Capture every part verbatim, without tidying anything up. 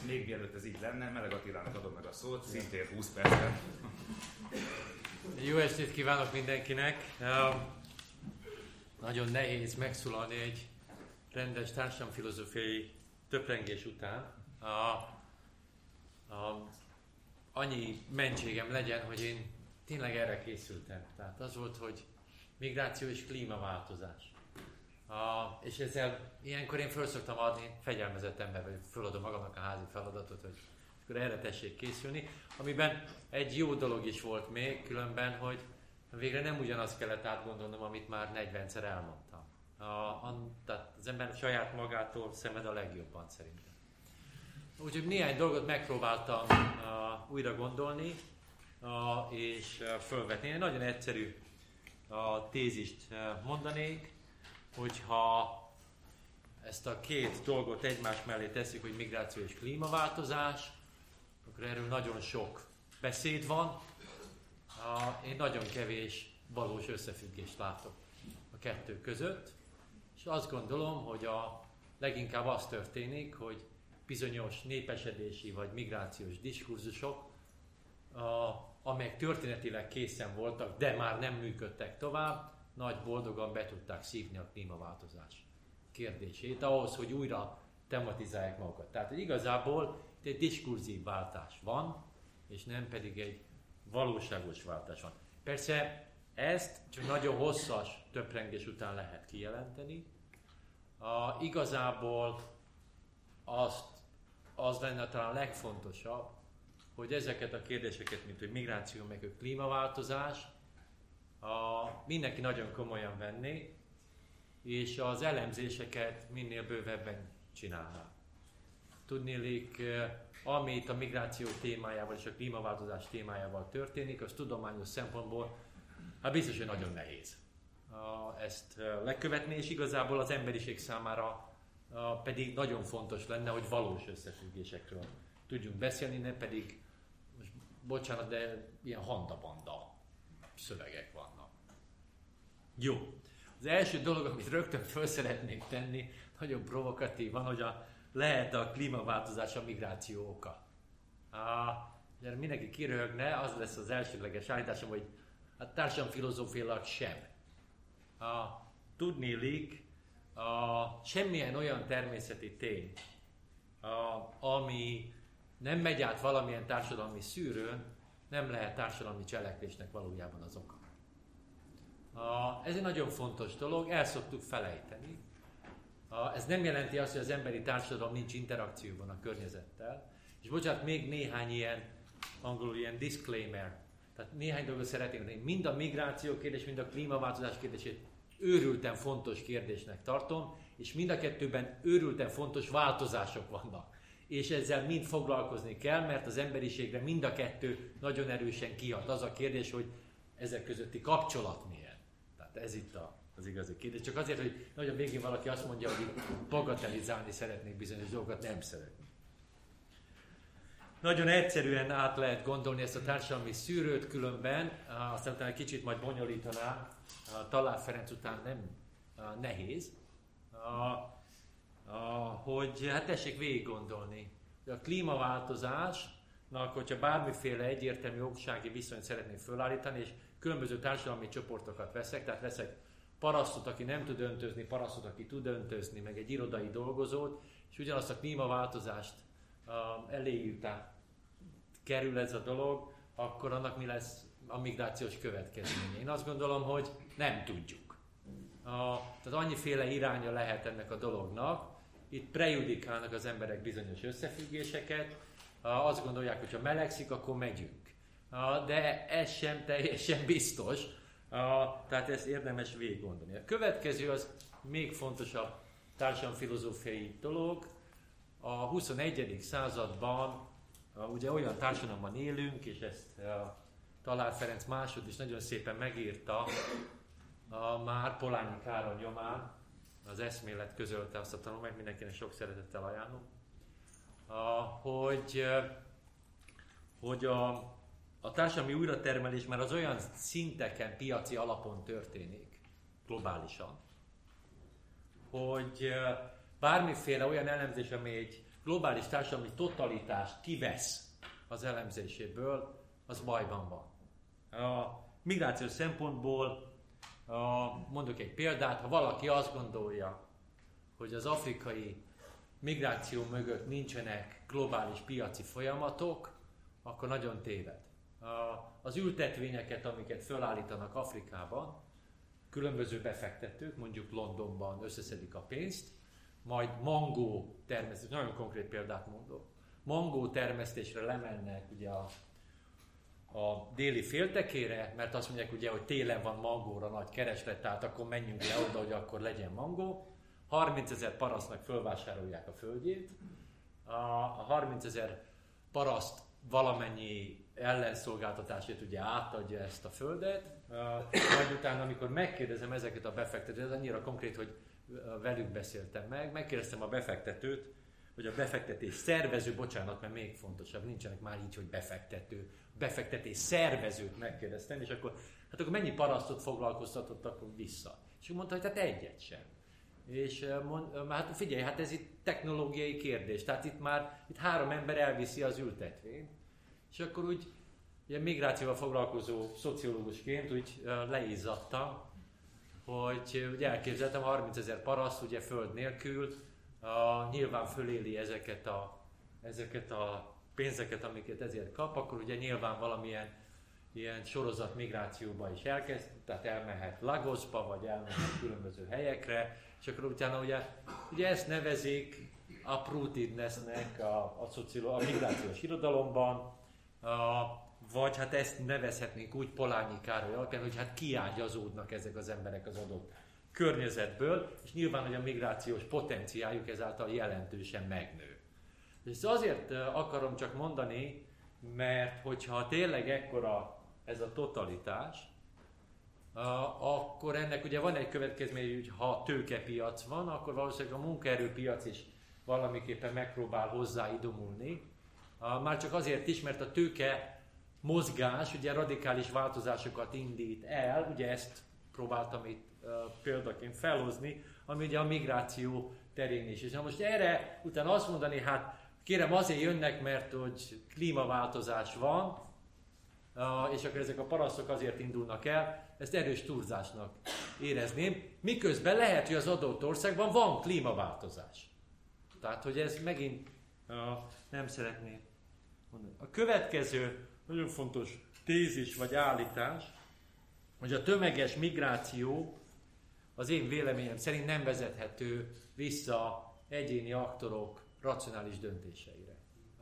még mielőtt ez így lenne, Meleg Attilának adom meg a szót, szintén húsz percben. Jó estét kívánok mindenkinek! Nagyon nehéz megszólalni egy rendes társadalomfilozófiai töprengés után. A, a, annyi mentségem legyen, hogy én tényleg erre készültem. Tehát az volt, hogy migráció és klímaváltozás. A, és ezzel ilyenkor én föl szoktam adni, fegyelmezett ember vagyok, föladom magamnak a házi feladatot, hogy akkor erre tessék készülni, amiben egy jó dolog is volt még, különben, hogy végre nem ugyanazt kellett átgondolnom, amit már negyvenszer elmondtam. A, a, tehát az ember saját magától szemed a legjobban szerintem. Úgyhogy néhány dolgot megpróbáltam uh, újra gondolni, uh, és uh, fölvetni. Én nagyon egyszerű uh, tézist uh, mondanék, hogyha ezt a két dolgot egymás mellé tesszük, hogy migráció és klímaváltozás, akkor erről nagyon sok beszéd van. Én nagyon kevés valós összefüggést látok a kettő között, és azt gondolom, hogy a leginkább az történik, hogy bizonyos népesedési vagy migrációs diskurzusok, amelyek történetileg készen voltak, de már nem működtek tovább, nagy boldogan be tudták szívni a klímaváltozás kérdését, ahhoz, hogy újra tematizálják magukat. Tehát igazából egy diskurzív váltás van, és nem pedig egy valóságos váltás van. Persze ezt csak nagyon hosszas töprengés után lehet kijelenteni. A, igazából azt, az lenne talán a legfontosabb, hogy ezeket a kérdéseket, mint hogy migráció, meg a klímaváltozás, a, mindenki nagyon komolyan venné, és az elemzéseket minél bővebben csinálná. Tudniillik, amit a migráció témájával és a klímaváltozás témájával történik, az tudományos szempontból hát biztos, hogy nagyon nehéz ezt lekövetni, és igazából az emberiség számára pedig nagyon fontos lenne, hogy valós összefüggésekről tudjunk beszélni, ne pedig, most bocsánat, de ilyen handabanda szövegek vannak. Jó. Az első dolog, amit rögtön föl szeretnék tenni, nagyon provokatívan, hogy a, lehet a klímaváltozás a migráció oka. A, mindenki kiröhögne, az lesz az elsődleges állításom, hogy a társadalomfilozófiailag sem. A, tudniillik, a, semmilyen olyan természeti tény, a, ami nem megy át valamilyen társadalmi szűrőn, nem lehet társadalmi cselekvésnek valójában az oka. A, ez egy nagyon fontos dolog, el szoktuk felejteni. A, ez nem jelenti azt, hogy az emberi társadalom nincs interakcióban a környezettel. És bocsánat, még néhány ilyen, angolul ilyen disclaimer, tehát néhány dolgot szeretnék mondani. Mind a migráció kérdés, mind a klímaváltozás kérdését őrülten fontos kérdésnek tartom, és mind a kettőben őrülten fontos változások vannak. És ezzel mind foglalkozni kell, mert az emberiségre mind a kettő nagyon erősen kihat. Az a kérdés, hogy ezek közötti kapcsolat milyen. Tehát ez itt a, az igazi kérdés. Csak azért, hogy nagyon végén valaki azt mondja, hogy bagatelizálni szeretnék bizonyos dolgokat, nem szeretnék. Nagyon egyszerűen át lehet gondolni ezt a társadalmi szűrőt, különben, aztán utána egy kicsit majd bonyolítaná, Talál Ferenc után nem nehéz, hogy hát tessék végig gondolni. A klímaváltozásnak, hogyha bármiféle egyértelmű oksági viszonyt szeretnék fölállítani, és különböző társadalmi csoportokat veszek, tehát veszek parasztot, aki nem tud öntözni, parasztot, aki tud öntözni, meg egy irodai dolgozót, és ugyanazt a klímaváltozást uh, elé után kerül ez a dolog, akkor annak mi lesz a migrációs következménye. Én azt gondolom, hogy nem tudjuk. Uh, tehát annyiféle iránya lehet ennek a dolognak. Itt prejudikálnak az emberek bizonyos összefüggéseket, uh, azt gondolják, hogy ha melegszik, akkor megyünk. Uh, de ez sem teljesen biztos, uh, tehát ezt érdemes végig gondolni. A következő az még fontosabb társadalomfilozófiai dolog. A huszonegyedik században uh, ugye olyan társadalomban élünk, és ezt uh, Talál Ferenc másod is nagyon szépen megírta, uh, már Polanyi Károly nyomán, az Eszmélet közölte azt a tanulmányt, mindenkinek sok szeretettel ajánlom, uh, hogy, uh, hogy a, a társadalmi újratermelés már az olyan szinteken, piaci alapon történik, globálisan, hogy uh, bármiféle olyan elemzés, ami egy globális társadalmi totalitást kivesz az elemzéséből, az bajban van. A migrációs szempontból a, mondok egy példát, ha valaki azt gondolja, hogy az afrikai migráció mögött nincsenek globális piaci folyamatok, akkor nagyon téved. Az ültetvényeket, amiket felállítanak Afrikában, különböző befektetők, mondjuk Londonban összeszedik a pénzt, majd mangó termesztés, nagyon konkrét példát mondok, mangó termesztésre lemennek ugye a, a déli féltekére, mert azt mondják ugye, hogy télen van mangóra nagy kereslet, tehát akkor menjünk le oda, hogy akkor legyen mangó. harmincezer parasztnak fölvásárolják a földjét, a, a harmincezer paraszt valamennyi ellenszolgáltatásért ugye átadja ezt a földet, majd utána, amikor megkérdezem ezeket a befektetőt, annyira konkrét, hogy velük beszéltem meg, megkérdeztem a befektetőt, hogy a befektetés szervező, bocsánat, mert még fontosabb, nincsenek már így, hogy befektető, befektetés szervezőt megkérdeztem, és akkor, hát akkor mennyi parasztot foglalkoztatott akkor vissza? És ő mondta, hogy hát egyet sem. És mond, hát figyelj, hát ez itt technológiai kérdés, tehát itt már itt három ember elviszi az ültetvényt, és akkor úgy ilyen migrációval foglalkozó szociológusként úgy leizzadtam, hogy ugye elképzeltem harmincezer paraszt ugye föld nélkül, a, nyilván föléli ezeket a, ezeket a pénzeket, amiket ezért kap, akkor ugye nyilván valamilyen ilyen sorozat migrációba is elkezd, tehát elmehet Lagosba, vagy elmehet különböző helyekre, és akkor utána ugye, ugye ezt nevezik uprootednessnek a, a, szociolo- a migrációs irodalomban, a, vagy hát ezt nevezhetnénk úgy Polányi Károly alapján, hogy hát kiágyazódnak ezek az emberek az adott környezetből, és nyilván, hogy a migrációs potenciáljuk ezáltal jelentősen megnő. És ezt azért akarom csak mondani, mert hogyha tényleg ekkora ez a totalitás, akkor ennek ugye van egy következmény, hogy ha tőkepiac van, akkor valószínűleg a munkaerőpiac is valamiképpen megpróbál hozzáidomulni. Már csak azért is, mert a tőke mozgás ugye radikális változásokat indít el, ugye ezt próbáltam itt uh, példaként felhozni, ami ugye a migráció terén is. És most erre utána azt mondani, hát kérem azért jönnek, mert hogy klímaváltozás van, uh, és akkor ezek a parasztok azért indulnak el, ezt erős túlzásnak érezném, miközben lehet, hogy az adott országban van klímaváltozás. Tehát, hogy ez megint uh, nem szeretném mondani. A következő nagyon fontos tézis vagy állítás, hogy a tömeges migráció az én véleményem szerint nem vezethető vissza egyéni aktorok racionális döntéseire.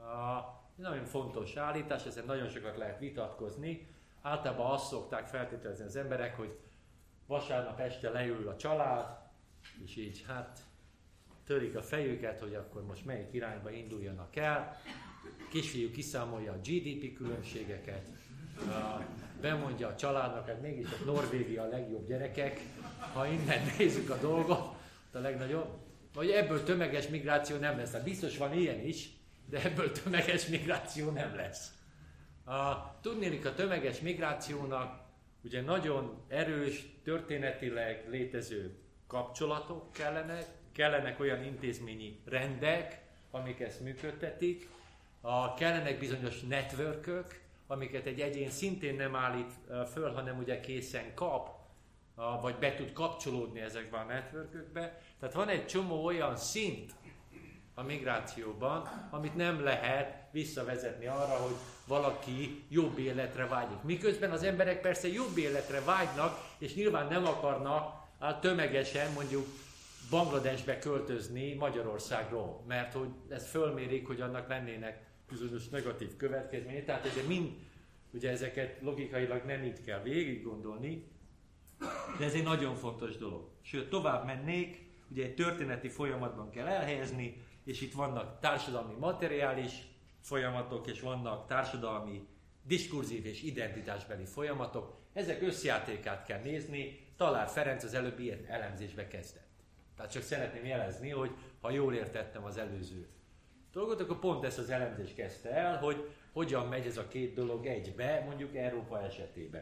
A nagyon fontos állítás, ezen nagyon sokat lehet vitatkozni. Általában azt szokták feltételezni az emberek, hogy vasárnap este leül a család, és így hát törik a fejüket, hogy akkor most melyik irányba induljanak el. Kisfiú kiszámolja a gé dé pé különbségeket, bemondja a családnak, hogy mégis a Norvégia a legjobb gyerekek, ha innen nézzük a dolgot, a legnagyobb, vagy ebből tömeges migráció nem lesz. Hát biztos van ilyen is, de ebből tömeges migráció nem lesz. Tudnélik, a tömeges migrációnak ugye nagyon erős, történetileg létező kapcsolatok kellenek, kellenek olyan intézményi rendek, amik ezt működtetik, a, kellenek bizonyos networkök, amiket egy egyén szintén nem állít föl, hanem ugye készen kap, a, vagy be tud kapcsolódni ezekbe a networkökbe. Tehát van egy csomó olyan szint a migrációban, amit nem lehet visszavezetni arra, hogy valaki jobb életre vágyik. Miközben az emberek persze jobb életre vágynak, és nyilván nem akarnak hát tömegesen mondjuk Bangladesbe költözni Magyarországról, mert hogy ezt fölmérik, hogy annak lennének bizonyos negatív következményei, tehát ugye mind, ugye ezeket logikailag nem így kell végig gondolni, de ez egy nagyon fontos dolog. Sőt, tovább mennék, ugye egy történeti folyamatban kell elhelyezni, és itt vannak társadalmi materiális folyamatok, és vannak társadalmi diskurzív és identitásbeli folyamatok. Ezek összjátékát kell nézni, Talár Ferenc az előbbi ilyen elemzésbe kezdett. Tehát csak szeretném jelezni, hogy ha jól értettem az előző dolgot, akkor pont ezt az elemzést kezdte el, hogy hogyan megy ez a két dolog egybe, mondjuk Európa esetében.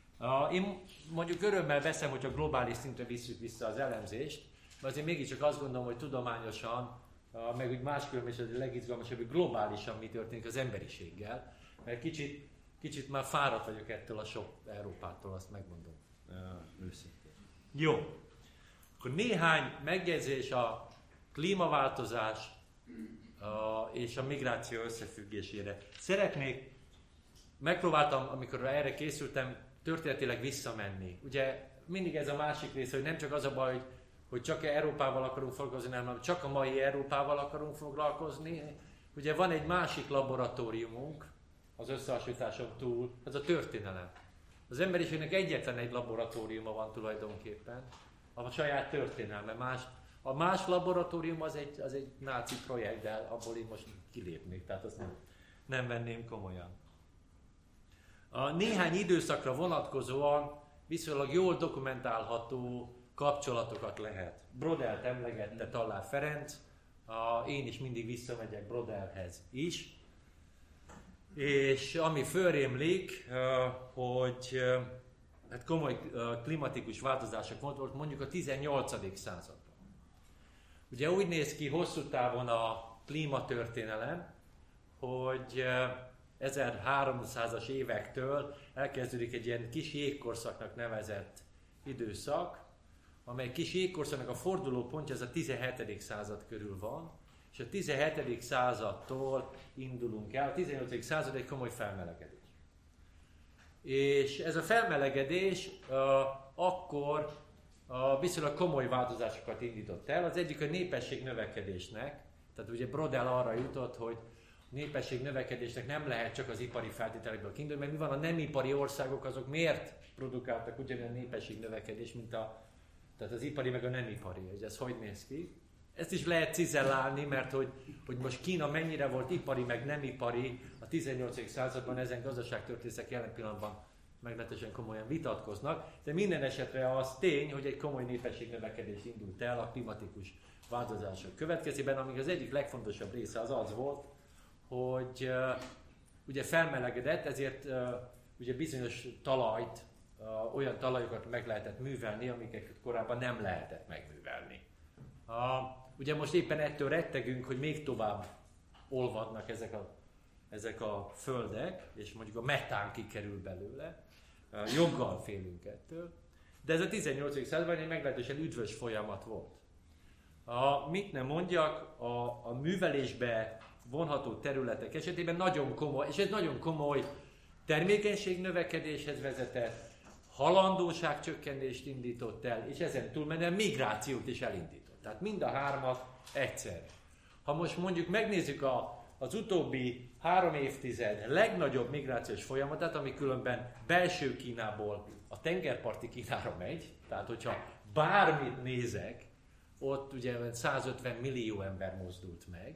Én mondjuk örömmel veszem, hogyha globális szintre visszük vissza az elemzést, mert azért mégiscsak azt gondolom, hogy tudományosan meg úgy máskülönben is a legizgalmasabb, hogy globálisan mi történik az emberiséggel, mert kicsit, kicsit már fáradt vagyok ettől a sok Európától, azt megmondom őszintén. Jó, akkor néhány megjegyzés a klímaváltozás a, és a migráció összefüggésére. Szeretnék, megpróbáltam, amikor erre készültem, történetileg visszamenni. Ugye mindig ez a másik része, hogy nem csak az a baj, hogy, hogy csak Európával akarunk foglalkozni, hanem csak a mai Európával akarunk foglalkozni. Ugye van egy másik laboratóriumunk az összehasonlításon túl, ez a történelem. Az emberiségnek egyetlen egy laboratóriuma van tulajdonképpen, a saját történelme. Más, a más laboratórium az egy, az egy náci projekt, de abból én most kilépnék, tehát azt nem, nem venném komolyan. A néhány időszakra vonatkozóan viszonylag jól dokumentálható kapcsolatokat lehet. Brodelt emlegette Tallár Ferenc, a, én is mindig visszamegyek Brodelhez is. És ami fölrémlik, hogy hát komoly klimatikus változások volt mondjuk a tizennyolcadik században. Ugye úgy néz ki hosszú távon a klímatörténelem, hogy ezerháromszázas évektől elkezdődik egy ilyen kis jégkorszaknak nevezett időszak, amely kis jégkorszaknak a fordulópontja az a tizenhetedik század körül van, és a tizenhetedik századtól indulunk el. A tizennyolcadik század egy komoly felmelegedés. És ez a felmelegedés uh, akkor uh, viszonylag komoly változásokat indított el. Az egyik a népesség növekedésnek, tehát ugye Brodel arra jutott, hogy a népesség növekedésnek nem lehet csak az ipari feltételekből kiindulni, mert mi van a nem ipari országok, azok miért produkáltak ugyanilyen népesség növekedés, mint a, tehát az ipari meg a nem ipari. És ez hogy néz ki? Ezt is lehet cizellálni, mert hogy, hogy most Kína mennyire volt ipari, meg nem ipari a tizennyolcadik században, ezen gazdaságtörténészek jelen pillanatban meglehetősen komolyan vitatkoznak, de minden esetre az tény, hogy egy komoly népességnövekedés indult el a klimatikus változások következtében, amíg az egyik legfontosabb része az az volt, hogy uh, ugye felmelegedett, ezért uh, ugye bizonyos talajt, uh, olyan talajokat meg lehetett művelni, amiket korábban nem lehetett megművelni. Uh, ugye most éppen ettől rettegünk, hogy még tovább olvadnak ezek a, ezek a földek, és mondjuk a metán kikerül belőle. Uh, joggal félünk ettől. De ez a tizennyolcadik században egy meglehetősen üdvös folyamat volt. Uh, mit nem mondjak, a, a művelésbe vonható területek esetében nagyon komoly, és ez nagyon komoly termékenység növekedéshez vezetett, halandóság csökkentést indított el, és ezen túlmenően migrációt is elindított. Tehát mind a hármat egyszerre. Ha most mondjuk megnézzük a, az utóbbi három évtized legnagyobb migrációs folyamatát, ami különben belső Kínából a tengerparti Kínára megy, tehát hogyha bármit nézek, ott ugye százötven millió ember mozdult meg,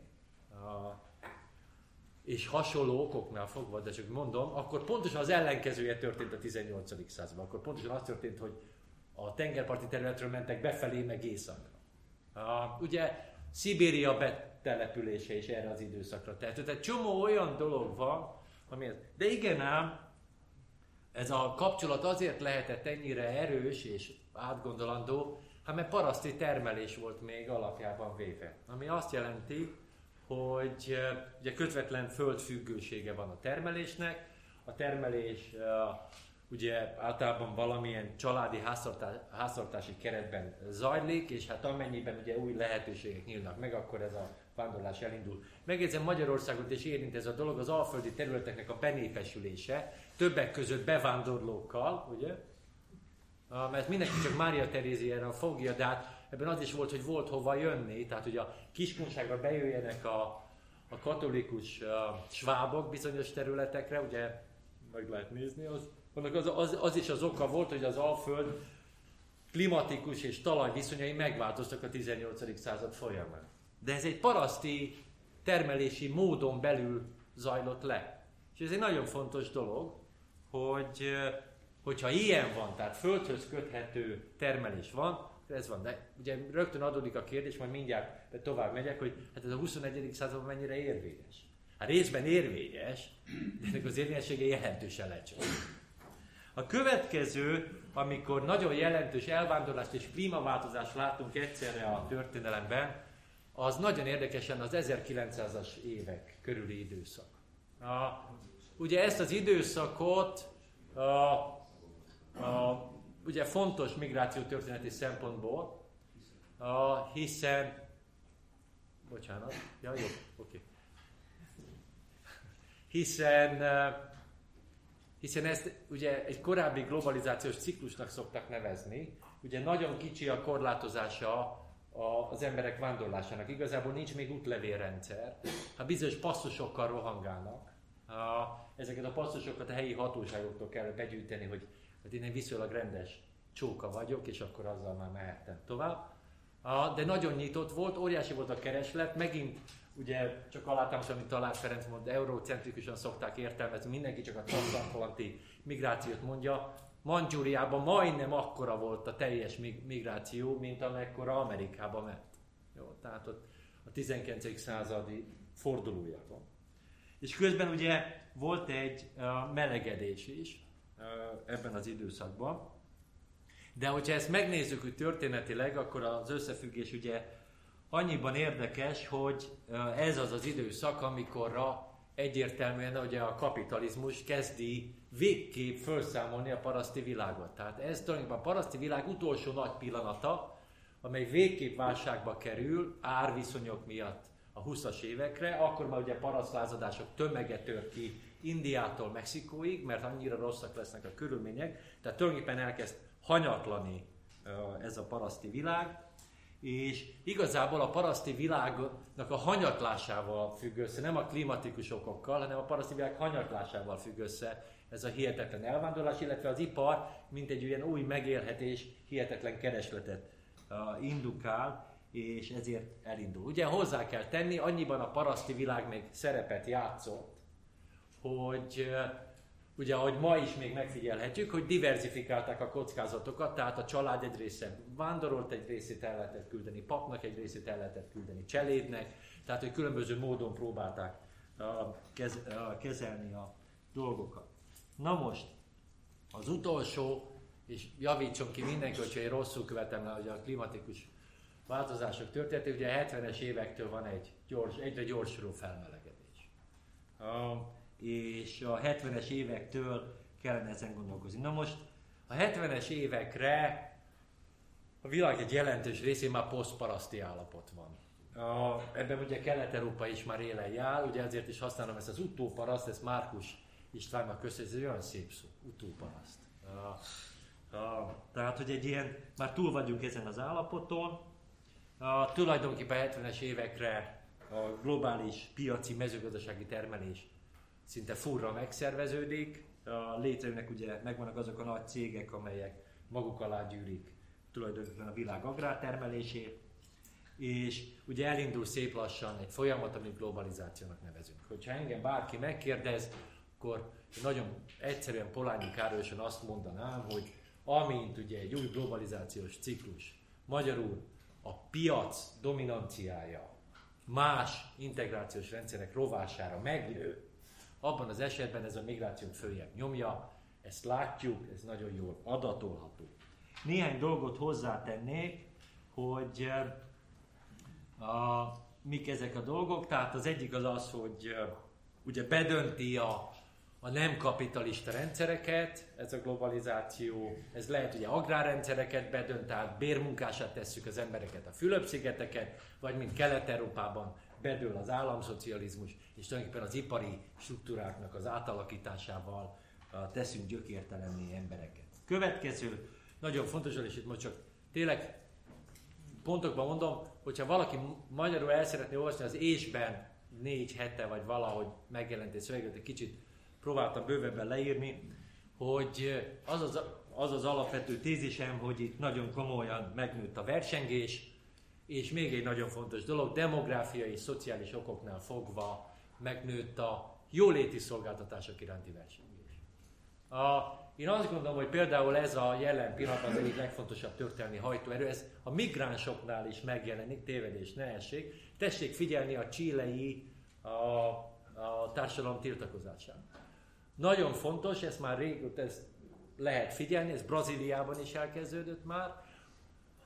és hasonló okoknál fogva, de csak mondom, akkor pontosan az ellenkezője történt a tizennyolcadik században. Akkor pontosan az történt, hogy a tengerparti területről mentek befelé, meg északra. Uh, ugye Szibéria betelepülése is erre az időszakra tehető. Tehát csomó olyan dolog van, ami ez. De igen ám, ez a kapcsolat azért lehetett ennyire erős és átgondolandó, hát mert paraszti termelés volt még alapjában véve. Ami azt jelenti, hogy ugye közvetlen földfüggősége van a termelésnek. A termelés ugye általában valamilyen családi háztartás, háztartási keretben zajlik, és hát amennyiben ugye új lehetőségek nyílnak meg, akkor ez a vándorlás elindul. Megjegyzem, Magyarországot is érint ez a dolog, az alföldi területeknek a benépesülése, többek között bevándorlókkal, ugye? Mert mindenki csak Mária Teréziára fogja, de hát ebben az is volt, hogy volt hova jönni, tehát hogy a Kiskunságra bejöjjenek a, a katolikus uh, svábok bizonyos területekre, ugye meg lehet nézni, az, az, az, az is az oka volt, hogy az Alföld klimatikus és talajviszonyai megváltoztak a tizennyolcadik század folyamán. De ez egy paraszti termelési módon belül zajlott le. És ez egy nagyon fontos dolog, hogy hogyha ilyen van, tehát földhöz köthető termelés van, ez van, de ugye rögtön adódik a kérdés, majd mindjárt tovább megyek, hogy hát ez a huszonegyedik században mennyire érvényes. Hát részben érvényes, de ennek az érvényessége jelentősen lecsökkent. A következő, amikor nagyon jelentős elvándorlást és klímaváltozást látunk egyszerre a történelemben, az nagyon érdekesen az ezerkilencszázas évek körüli időszak. A, ugye ezt az időszakot a, a, ugye fontos migrációtörténeti szempontból, a, hiszen bocsánat, ja, jó, oké. Hiszen hiszen ezt ugye egy korábbi globalizációs ciklusnak szoktak nevezni. Ugye nagyon kicsi a korlátozása az emberek vándorlásának. Igazából nincs még útlevélrendszer. Ha bizonyos passzusokkal rohangálnak, ezeket a passzusokat a helyi hatóságoktól kell begyűjteni, hogy hát én egy viszonylag rendes csóka vagyok, és akkor azzal már mehettem tovább. De nagyon nyitott volt, óriási volt a kereslet, megint ugye csak alátámasztani, amit Talács Ferenc mondta, eurocentrikusan szokták értelmezni, mindenki csak a transatlanti migrációt mondja. Mandzsúriában majdnem akkora volt a teljes migráció, mint amekkora Amerikába ment. Jó, tehát ott a tizenkilencedik századi fordulójában. És közben ugye volt egy uh, melegedés is uh, ebben az időszakban. De hogyha ezt megnézzük hogy történetileg, akkor az összefüggés ugye annyiban érdekes, hogy ez az az időszak, amikorra egyértelműen ugye a kapitalizmus kezdi végképp felszámolni a paraszti világot. Tehát ez tulajdonképpen a paraszti világ utolsó nagy pillanata, amely végképp válságba kerül árviszonyok miatt a huszas évekre, akkor már ugye parasztlázadások tömege tör ki Indiától Mexikóig, mert annyira rosszak lesznek a körülmények, tehát tulajdonképpen elkezd hanyatlani ez a paraszti világ, és igazából a paraszti világnak a hanyatlásával függ össze, nem a klimatikus okokkal, hanem a paraszti világ hanyatlásával függ össze ez a hihetetlen elvándorlás, illetve az ipar, mint egy ilyen új megélhetés, hihetetlen keresletet indukál, és ezért elindul. Ugye hozzá kell tenni, annyiban a paraszti világ még szerepet játszott, hogy ugye, ahogy ma is még megfigyelhetjük, hogy diverzifikálták a kockázatokat, tehát a család egy része vándorolt, egy részét el lehetett küldeni papnak, egy részét el lehetett küldeni cselédnek, tehát hogy különböző módon próbálták uh, kez, uh, kezelni a dolgokat. Na most, az utolsó, és javítson ki mindenki, hogyha én rosszul követem le, hogy a klimatikus változások történtek, ugye a hetvenes évektől van egy gyors, egyre gyorsuló felmelegedés. Uh, és a hetvenes évektől kellene ezen gondolkozni. Na most a hetvenes évekre a világ egy jelentős részén már posztparaszti állapot van. A, ebben ugye Kelet-Európa is már élen jár, ugye ezért is használom ezt az utóparaszt, ezt Márkus Istvánnak köszönöm, ez egy olyan szép szó, utóparaszt. A, a, tehát, hogy egy ilyen, már túl vagyunk ezen az állapoton, a, tulajdonképpen a hetvenes évekre a globális piaci mezőgazdasági termelés szinte furra megszerveződik, a létrejönnek ugye, megvannak azok a nagy cégek, amelyek maguk alá gyűrik tulajdonképpen a világ agrártermelését, és ugye elindul szép lassan egy folyamat, amit globalizációnak nevezünk. Hogyha engem bárki megkérdez, akkor nagyon egyszerűen Polányi Károlyosan azt mondanám, hogy amint ugye egy új globalizációs ciklus, magyarul a piac dominanciája más integrációs rendszerek rovására megnő, abban az esetben ez a migrációt följebb nyomja, ezt látjuk, ez nagyon jól adatolható. Néhány dolgot hozzátennék, hogy a, mik ezek a dolgok. Tehát az egyik az az, hogy ugye bedönti a, a nem kapitalista rendszereket, ez a globalizáció, ez lehet ugye agrárrendszereket bedönt, tehát bérmunkását tesszük az embereket, a Fülöp-szigeteket, vagy mint Kelet-Európában bedől az államszocializmus, és tulajdonképpen az ipari struktúráknak az átalakításával teszünk gyökértelenné embereket. Következő, nagyon fontos, és itt most csak tényleg pontokban mondom, hogyha valaki magyarul el szeretné olvasni, az ésben négy hete, vagy valahogy megjelent egy szöveget, egy kicsit próbáltam bővebben leírni, hogy az az, az az alapvető tézisem, hogy itt nagyon komolyan megnőtt a versengés, és még egy nagyon fontos dolog, demográfiai és szociális okoknál fogva megnőtt a jóléti szolgáltatások iránti versengés. A, én azt gondolom, hogy például ez a jelen pillanatban az egyik legfontosabb történelmi hajtóerő, ez a migránsoknál is megjelenik, tévedés ne essék. Tessék figyelni a chilei a, a társadalom tiltakozásán. Nagyon fontos, ez már régóta ezt lehet figyelni, ez Brazíliában is elkezdődött már,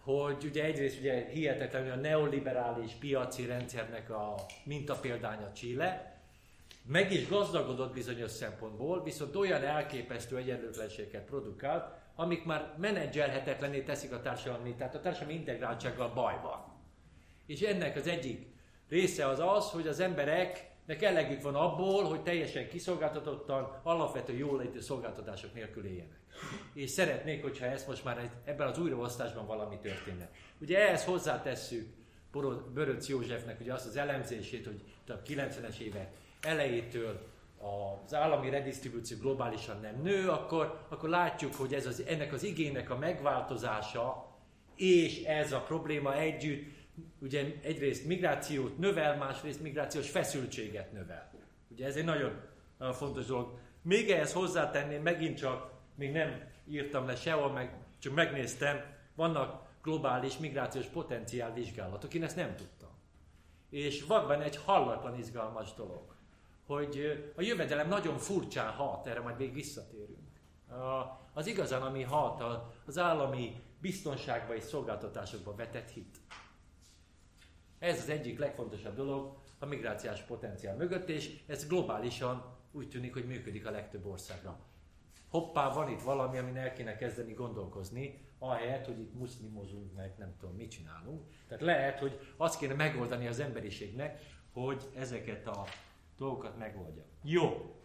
hogy ugye egyrészt ugye hihetetlenül a neoliberális piaci rendszernek a mintapéldánya Chile, meg is gazdagodott bizonyos szempontból, viszont olyan elképesztő egyenlőtlenséget produkált, amik már menedzselhetetlenné teszik a társadalmi, tehát a társadalmi integráltsággal baj van. És ennek az egyik része az az, hogy az embereknek elegük van abból, hogy teljesen kiszolgáltatottan, alapvető jólétű szolgáltatások nélkül éljenek. És szeretnék, hogyha ezt most már ebben az újraosztásban valami történne. Ugye ehhez hozzátesszük Böröcz Józsefnek ugye azt az elemzését, hogy a kilencvenes évek elejétől az állami redisztribúció globálisan nem nő, akkor, akkor látjuk, hogy ez az, ennek az igénynek a megváltozása és ez a probléma együtt ugye egyrészt migrációt növel, másrészt migrációs feszültséget növel. Ugye ez egy nagyon, nagyon fontos dolog. Még ehhez hozzátenném, megint csak, még nem írtam le sehol, meg csak megnéztem, vannak globális migrációs potenciál vizsgálatok, én ezt nem tudtam. És van egy hallatlan izgalmas dolog, hogy a jövedelem nagyon furcsán hat, erre majd még visszatérünk. Az igazán, ami hat, az állami biztonságba és szolgáltatásokba vetett hit. Ez az egyik legfontosabb dolog a migrációs potenciál mögött, és ez globálisan úgy tűnik, hogy működik a legtöbb országra. Hoppá, van itt valami, amin el kéne kezdeni gondolkozni, ahelyett, hogy itt muszlimozunk, meg nem tudom, mit csinálunk. Tehát lehet, hogy azt kéne megoldani az emberiségnek, hogy ezeket a dolgokat megoldja. Jó.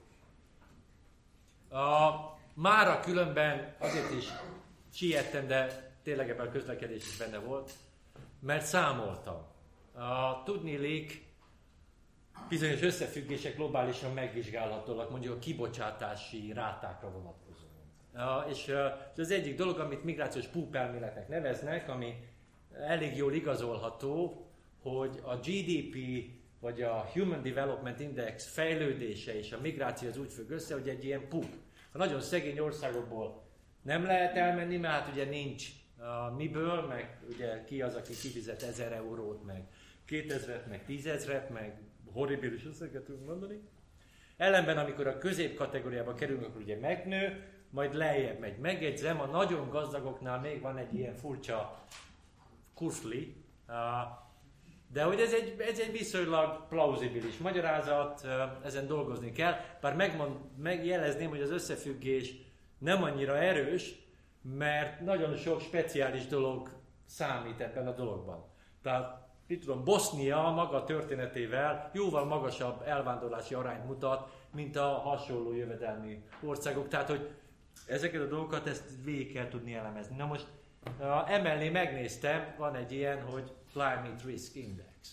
A, mára különben azért is siettem, de tényleg ebben a közlekedés is benne volt, mert számoltam. A, tudniillik, bizonyos összefüggések globálisan megvizsgálhatóak, mondjuk a kibocsátási rátákra vonatkozóan. A, és az egyik dolog, amit migrációs púpelméletnek neveznek, ami elég jól igazolható, hogy a gé dé pé vagy a Human Development Index fejlődése és a migráció az úgy függ össze, hogy egy ilyen púp. A nagyon szegény országokból nem lehet elmenni, mert hát ugye nincs uh, miből, meg ugye ki az, aki kifizet ezer eurót, meg kétezret, meg tízezret, meg horribilis összeget tudunk mondani. Ellenben, amikor a középkategóriába kerülünk, akkor ugye megnő, majd lejjebb megy. Megjegyzem, a nagyon gazdagoknál még van egy ilyen furcsa kurfli, uh, de hogy ez egy, ez egy viszonylag plauzibilis magyarázat, ezen dolgozni kell, bár megmond, megjelezném, hogy az összefüggés nem annyira erős, mert nagyon sok speciális dolog számít ebben a dologban. Tehát, mit tudom, Bosznia maga történetével jóval magasabb elvándorlási arányt mutat, mint a hasonló jövedelmi országok. Tehát, hogy ezeket a dolgokat ezt végig kell tudni elemezni. Na most emellé megnéztem, van egy ilyen, hogy Climate Risk Index.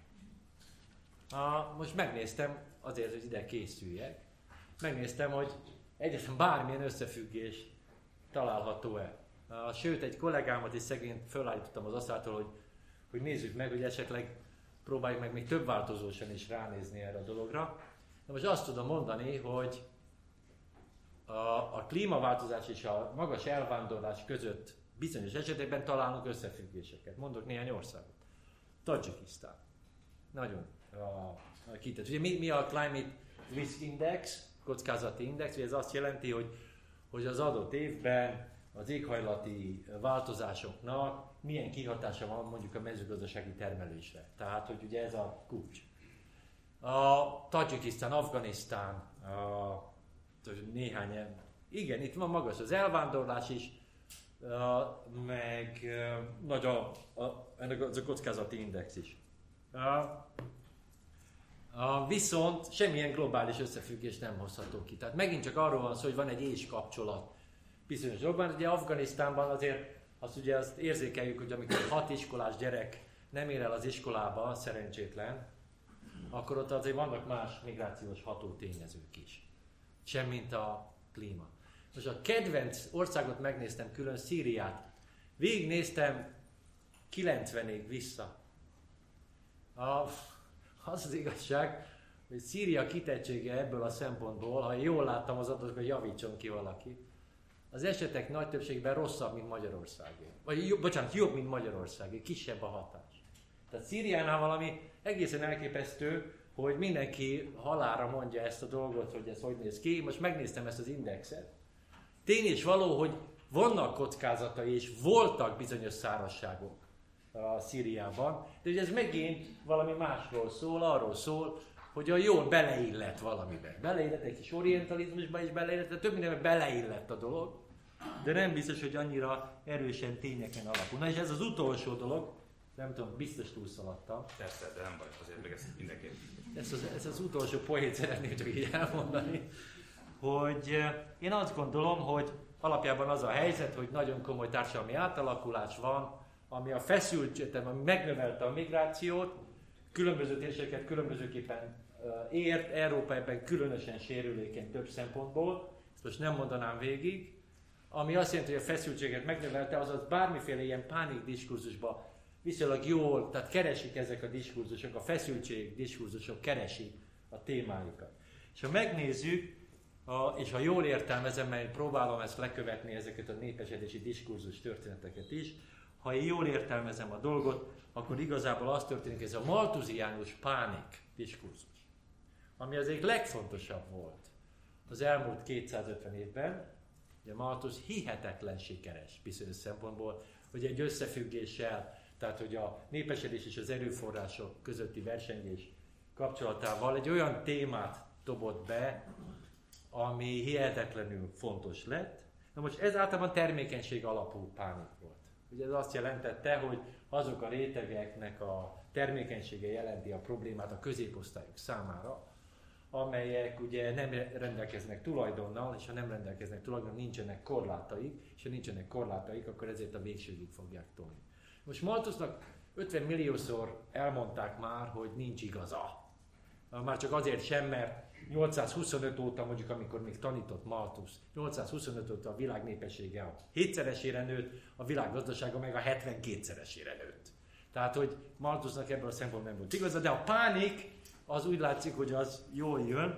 Uh, most megnéztem, azért, hogy ide készüljek, megnéztem, hogy egyáltalán bármilyen összefüggés található-e. Uh, sőt, egy kollégámat is szegény fölállítottam az asztaltól, hogy, hogy nézzük meg, hogy esetleg próbáljuk meg még több változósan is ránézni erre a dologra. De most azt tudom mondani, hogy a, a klímaváltozás és a magas elvándorlás között bizonyos esetekben találunk összefüggéseket. Mondok néhány országot. Tadzsikisztán. Nagyon uh, kitett. Ugye mi, mi a Climate Risk Index, kockázati index? Ugye ez azt jelenti, hogy, hogy az adott évben az éghajlati változásoknak milyen kihatása van mondjuk a mezőgazdasági termelésre. Tehát, hogy ugye ez a kulcs. A Tadzsikisztán, Afganisztán, a, néhány, igen, itt van magas az elvándorlás is, Uh, meg uh, nagy a, a, ennek az a kockázati index is. Uh, uh, viszont semmilyen globális összefüggés nem hozható ki. Tehát megint csak arról van szó, hogy van egy és kapcsolat bizonyos dolgokban. Ugye Afganisztánban azért azt ugye azt érzékeljük, hogy amikor hat iskolás gyerek nem ér el az iskolába, szerencsétlen, akkor ott azért vannak más migrációs hatótényezők is. Semmint a klíma. Most a kedvenc országot megnéztem külön, Szíriát. Végignéztem kilencvenig vissza. A, az az igazság, hogy Szíria kitettsége ebből a szempontból, ha jól láttam az adatokat, javítson ki valaki, az esetek nagy többségben rosszabb, mint Magyarországé. Vagy jobb, bocsánat, jobb, mint Magyarországé, kisebb a hatás. Tehát Szíriánál valami egészen elképesztő, hogy mindenki halálra mondja ezt a dolgot, hogy ez hogy néz ki. Most megnéztem ezt az indexet. Tény és való, hogy vannak kockázatai, és voltak bizonyos szárazságok a Szíriában, de ugye ez megint valami másról szól, arról szól, hogy a jól beleillett valamiben. Beleillett egy kis orientalizmusba is beleillett, de több mindenben beleillett a dolog, de nem biztos, hogy annyira erősen tényeken alapul. Na és ez az utolsó dolog, nem tudom, biztos túlszaladtam. Persze, de nem baj, azért meg ezt mindenképp. Ez az, ez az utolsó poént szeretném csak így elmondani, hogy én azt gondolom, hogy alapjában az a helyzet, hogy nagyon komoly társadalmi átalakulás van, ami a feszültséget, ami megnövelte a migrációt, különböző térségeket különbözőképpen ért, Európa ebben különösen sérülékeny több szempontból, ezt most nem mondanám végig, ami azt jelenti, hogy a feszültséget megnövelte, azaz bármiféle ilyen pánik diskurzusban viszonylag jól, tehát keresik ezek a diskurzusok, a feszültség diskurzusok keresik a témájukat. És ha megnézzük, a, és ha jól értelmezem, mert próbálom ezt lekövetni, ezeket a népesedési diskurzus történeteket is, ha én jól értelmezem a dolgot, akkor igazából az történik, ez a malthusiánus pánik diskurzus, ami az egyik legfontosabb volt az elmúlt kétszázötven évben. Ugye Malthus hihetetlen sikeres bizonyos szempontból, hogy egy összefüggéssel, tehát hogy a népesedés és az erőforrások közötti versengés kapcsolatával egy olyan témát dobott be, ami hihetetlenül fontos lett. Na most ez általában termékenység alapú pánik volt. Ugye ez azt jelentette, hogy azok a rétegeknek a termékenysége jelenti a problémát a középosztályok számára, amelyek ugye nem rendelkeznek tulajdonnal, és ha nem rendelkeznek tulajdonnal, nincsenek korlátaik, és ha nincsenek korlátaik, akkor ezért a végsőig fogják tolni. Most Malthusnak ötven milliószor elmondták már, hogy nincs igaza. Már csak azért sem, mert nyolcszázhuszonöt óta, mondjuk amikor még tanított Malthus, nyolcszázhuszonöt óta a világ népessége a hétszeresére nőtt, a világ gazdasága meg a hetvenkétszeresére nőtt. Tehát, hogy Malthusnak ebből a szempontból nem volt igaza, de a pánik az úgy látszik, hogy az jól jön,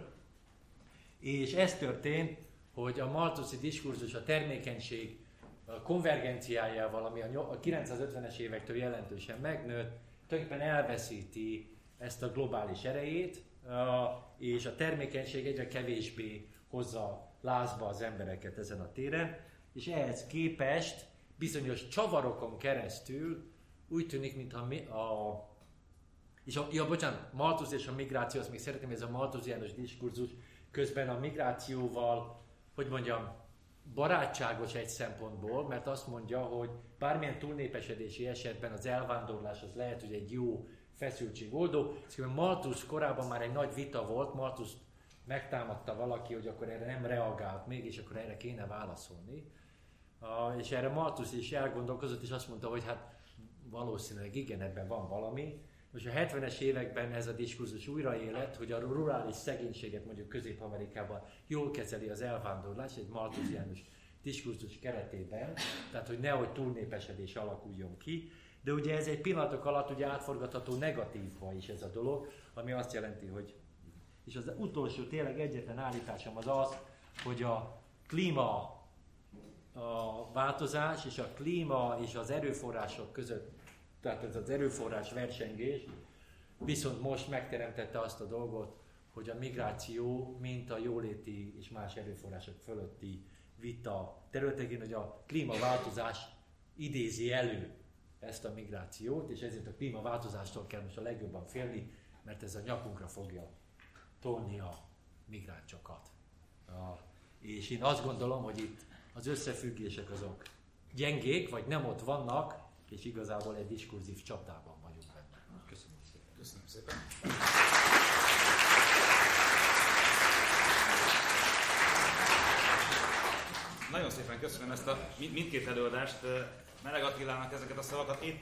és ez történt, hogy a malthuszi diskurzus a termékenység a konvergenciájával, ami a kilencszázötvenes évektől jelentősen megnőtt, tulajdonképpen elveszíti ezt a globális erejét, és a termékenység egyre kevésbé hozza lázba az embereket ezen a téren, és ehhez képest bizonyos csavarokon keresztül úgy tűnik, mintha a És a, ja, bocsánat, Malthus és a migráció, azt még szeretném, ez a malthusiánus diskurzus közben a migrációval, hogy mondjam, barátságos egy szempontból, mert azt mondja, hogy bármilyen túlnépesedési esetben az elvándorlás az lehet, hogy egy jó feszültségoldó. Szóval Malthus korában már egy nagy vita volt, Malthus megtámadta valaki, hogy akkor erre nem reagált még, és akkor erre kéne válaszolni. Uh, és erre Malthus is elgondolkozott, és azt mondta, hogy hát valószínűleg igen, ebben van valami. Most a hetvenes években ez a diskurzus újraélet, hogy a rurális szegénységet mondjuk Közép-Amerikában jól kezeli az elvándorlás, egy malthusiánus diskurzus keretében, tehát hogy nehogy túlnépesedés alakuljon ki, de ugye ez egy pillanatok alatt ugye átforgatható negatívba is ez a dolog, ami azt jelenti, hogy... És az utolsó tényleg egyetlen állításom az az, hogy a klíma a változás és a klíma és az erőforrások között, tehát ez az erőforrás versengés viszont most megteremtette azt a dolgot, hogy a migráció, mint a jóléti és más erőforrások fölötti vita területén, hogy a klímaváltozás idézi elő ezt a migrációt, és ezért a klímaváltozástól kell most a legjobban félni, mert ez a nyakunkra fogja tolni a migránsokat. És én azt gondolom, hogy itt az összefüggések azok gyengék, vagy nem ott vannak, és igazából egy diskurzív csatában vagyunk benne. Köszönöm szépen. Köszönöm szépen. Nagyon szépen köszönöm ezt a mindkét előadást. Meleg Attilának ezeket a szavakat. Épp